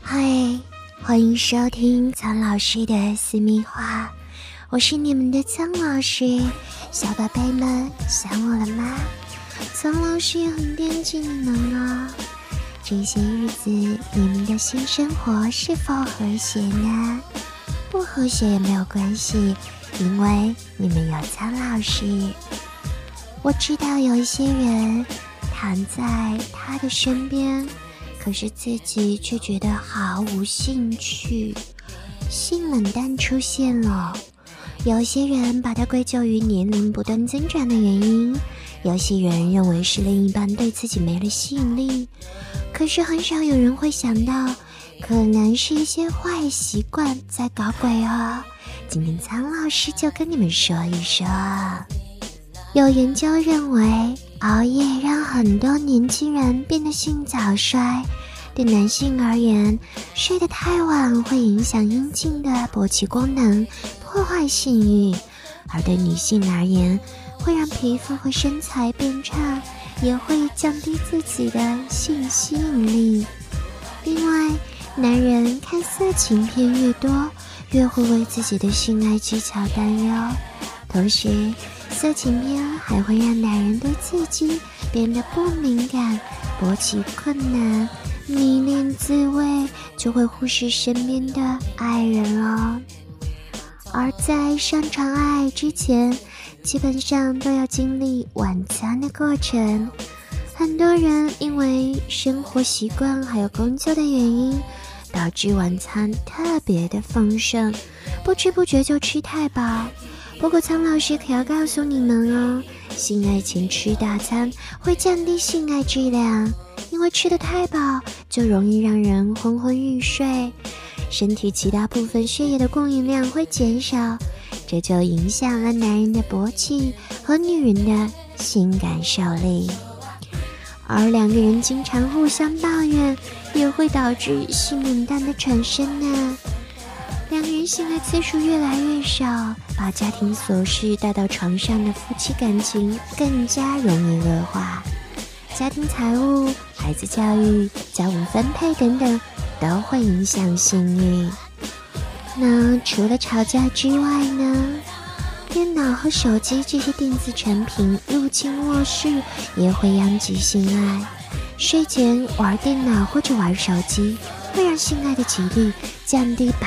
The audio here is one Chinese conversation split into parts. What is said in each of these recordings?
嗨，欢迎收听苍老师的私密话，我是你们的苍老师。小宝贝们想我了吗？苍老师也很惦记你们哦。这些日子你们的新生活是否和谐呢？不和谐也没有关系，因为你们有苍老师。我知道有一些人躺在他的身边，可是自己却觉得毫无兴趣，性冷淡出现了。有些人把它归咎于年龄不断增长的原因，有些人认为是另一半对自己没了吸引力，可是很少有人会想到，可能是一些坏习惯在搞鬼哦。今天苍老师就跟你们说一说。有研究认为，熬夜让很多年轻人变得性早衰。对男性而言，睡得太晚会影响阴茎的勃起功能，破坏性欲；而对女性而言，会让皮肤和身材变差，也会降低自己的性吸引力。另外，男人看色情片越多，越会为自己的性爱技巧担忧。同时，色情片还会让男人对刺激变得不敏感，勃起困难，迷恋自慰，就会忽视身边的爱人了。而在上床爱之前，基本上都要经历晚餐的过程。很多人因为生活习惯还有工作的原因，导致晚餐特别的丰盛，不知不觉就吃太饱。不过苍老师可要告诉你们哦，性爱前吃大餐会降低性爱质量，因为吃得太饱就容易让人昏昏欲睡，身体其他部分血液的供应量会减少，这就影响了男人的勃起和女人的性感受力。而两个人经常互相抱怨，也会导致性冷淡的产生呢。两个人性爱次数越来越少，把家庭琐事带到床上的夫妻感情更加容易恶化。家庭财务、孩子教育、家务分配等等都会影响性欲。那除了吵架之外呢，电脑和手机这些电子产品入侵卧室也会殃及性爱。睡前玩电脑或者玩手机会让性爱的几率降低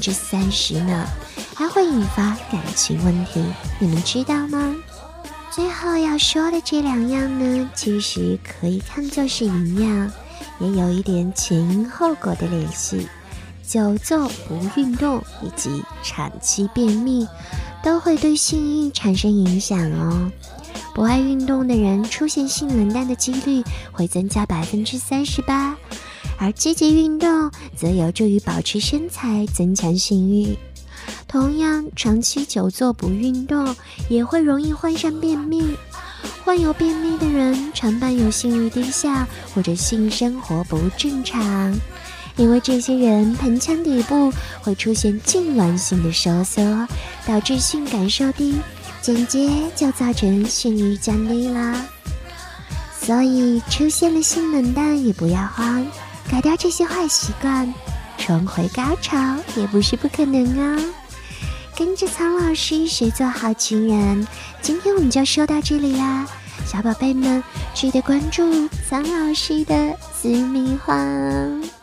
30%呢，还会引发感情问题，你们知道吗？最后要说的这两样呢，其实可以看作是一样，也有一点前因后果的联系。久坐不运动以及长期便秘都会对性欲产生影响哦。不爱运动的人出现性冷淡的几率会增加38%，而积极运动则有助于保持身材，增强性欲。同样，长期久坐不运动也会容易患上便秘。患有便秘的人常伴有性欲低下或者性生活不正常，因为这些人盆腔底部会出现痉挛性的收缩，导致性感受低，间接就造成性欲降低啦。所以出现了性冷淡也不要慌，改掉这些坏习惯，重回高潮也不是不可能啊。跟着苍老师学做好情人，今天我们就说到这里啦。小宝贝们记得关注苍老师的私密话。